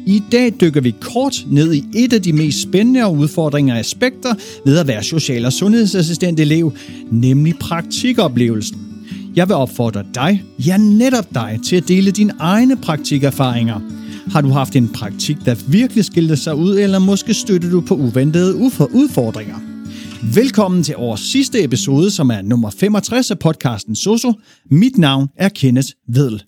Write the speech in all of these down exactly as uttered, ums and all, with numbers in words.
I dag dykker vi kort ned i et af de mest spændende og udfordrende aspekter ved at være social- og sundhedsassistent-elev, nemlig praktikoplevelsen. Jeg vil opfordre dig, ja netop dig, til at dele dine egne praktikerfaringer. Har du haft en praktik, der virkelig skilte sig ud, eller måske støtter du på uventede udfordringer? Velkommen til årets sidste episode, som er nummer femogtres af podcasten Soso. Mit navn er Kenneth Vedel.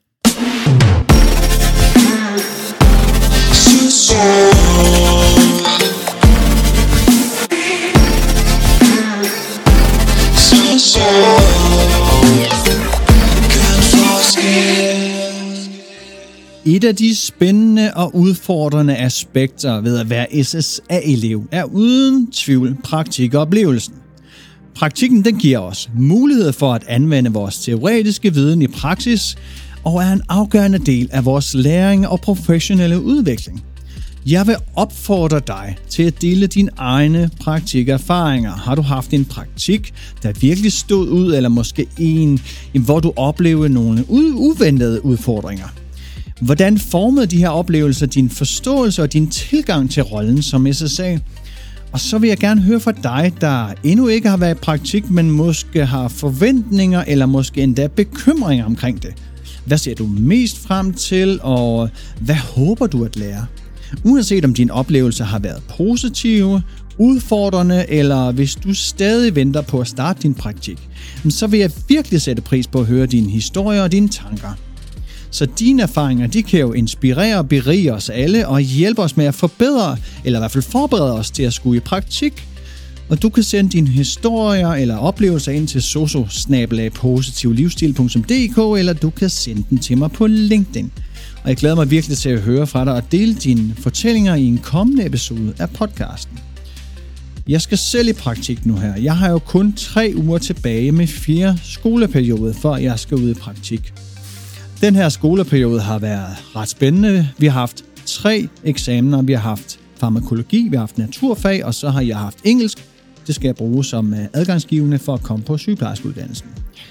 Et af de spændende og udfordrende aspekter ved at være S S A-elev er uden tvivl praktikoplevelsen. Praktikken den giver os mulighed for at anvende vores teoretiske viden i praksis og er en afgørende del af vores læring og professionelle udvikling. Jeg vil opfordre dig til at dele dine egne praktikerfaringer. Har du haft en praktik, der virkelig stod ud, eller måske en, hvor du oplevede nogle uventede udfordringer? Hvordan formede de her oplevelser din forståelse og din tilgang til rollen som S S A? Og så vil jeg gerne høre fra dig, der endnu ikke har været i praktik, men måske har forventninger eller måske endda bekymringer omkring det. Hvad ser du mest frem til, og hvad håber du at lære? Uanset om dine oplevelser har været positive, udfordrende, eller hvis du stadig venter på at starte din praktik, så vil jeg virkelig sætte pris på at høre dine historier og dine tanker. Så dine erfaringer, de kan jo inspirere og berige os alle og hjælpe os med at forbedre, eller i hvert fald forberede os til at skulle i praktik. Og du kan sende dine historier eller oplevelser ind til soso bindestreg positivlivsstil punktum d k, eller du kan sende dem til mig på LinkedIn. Og jeg glæder mig virkelig til at høre fra dig og dele dine fortællinger i en kommende episode af podcasten. Jeg skal selv i praktik nu her. Jeg har jo kun tre uger tilbage med fire skoleperioder, før jeg skal ud i praktik. Den her skoleperiode har været ret spændende. Vi har haft tre eksamener. Vi har haft farmakologi, vi har haft naturfag, og så har jeg haft engelsk. Det skal jeg bruge som adgangsgivende for at komme på sygeplejerskeuddannelsen.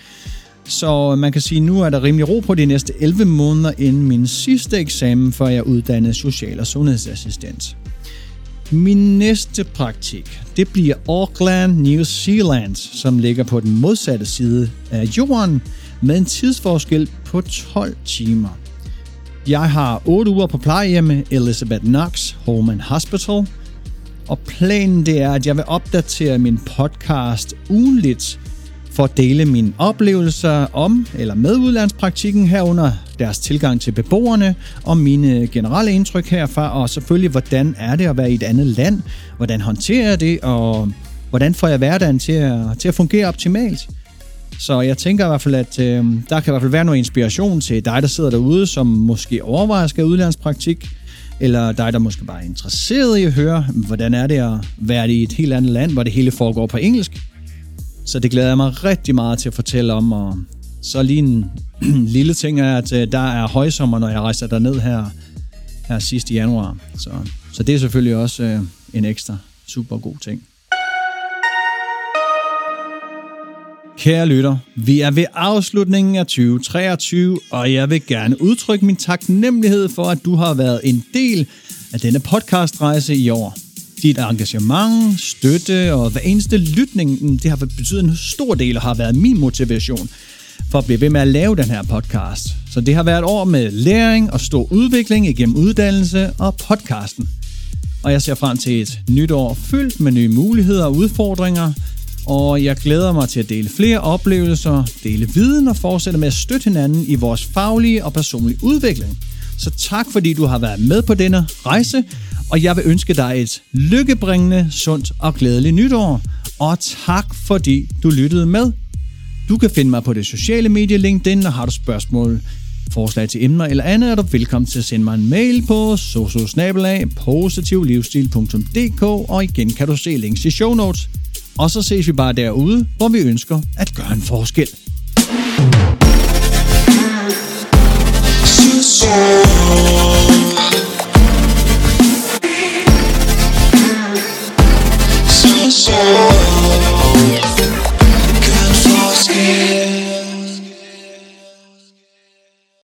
Så man kan sige, at nu er der rimelig ro på de næste elleve måneder inden min sidste eksamen, før jeg er uddannet social- og sundhedsassistent. Min næste praktik, det bliver Auckland, New Zealand, som ligger på den modsatte side af jorden, med en tidsforskel på tolv timer. Jeg har otte uger på plejehjemmet Elizabeth Knox Home and Hospital, og planen det er, at jeg vil opdatere min podcast ugenligt for at dele mine oplevelser om eller med udlandspraktikken, herunder deres tilgang til beboerne og mine generelle indtryk herfra, og selvfølgelig hvordan er det at være i et andet land, hvordan håndterer jeg det, og hvordan får jeg hverdagen til at, til at fungere optimalt. Så jeg tænker i hvert fald, at øh, der kan i hvert fald være noget inspiration til dig, der sidder derude, som måske overvejer at skal have udlandspraktik, eller dig, der måske bare er interesseret i at høre, hvordan er det at være i et helt andet land, hvor det hele foregår på engelsk. Så det glæder jeg mig rigtig meget til at fortælle om, og så lige en lille ting er, at øh, der er højsommer, når jeg rejser derned her, her sidst i januar. Så, så det er selvfølgelig også øh, en ekstra super god ting. Kære lytter, vi er ved afslutningen af tyve treogtyve, og jeg vil gerne udtrykke min taknemmelighed for, at du har været en del af denne podcastrejse i år. Dit engagement, støtte og hver eneste lytning, det har betydet en stor del og har været min motivation for at blive ved med at lave den her podcast. Så det har været et år med læring og stor udvikling igennem uddannelse og podcasten. Og jeg ser frem til et nyt år fyldt med nye muligheder og udfordringer, og jeg glæder mig til at dele flere oplevelser, dele viden og fortsætte med at støtte hinanden i vores faglige og personlige udvikling. Så tak fordi du har været med på denne rejse, og jeg vil ønske dig et lykkebringende, sundt og glædeligt nytår. Og tak fordi du lyttede med. Du kan finde mig på det sociale medie LinkedIn, og har du spørgsmål, forslag til emner eller andet, er du velkommen til at sende mig en mail på soso bindestreg positivlivsstil punktum d k, og igen kan du se links i show notes. Og så ses vi bare derude, hvor vi ønsker at gøre en forskel. So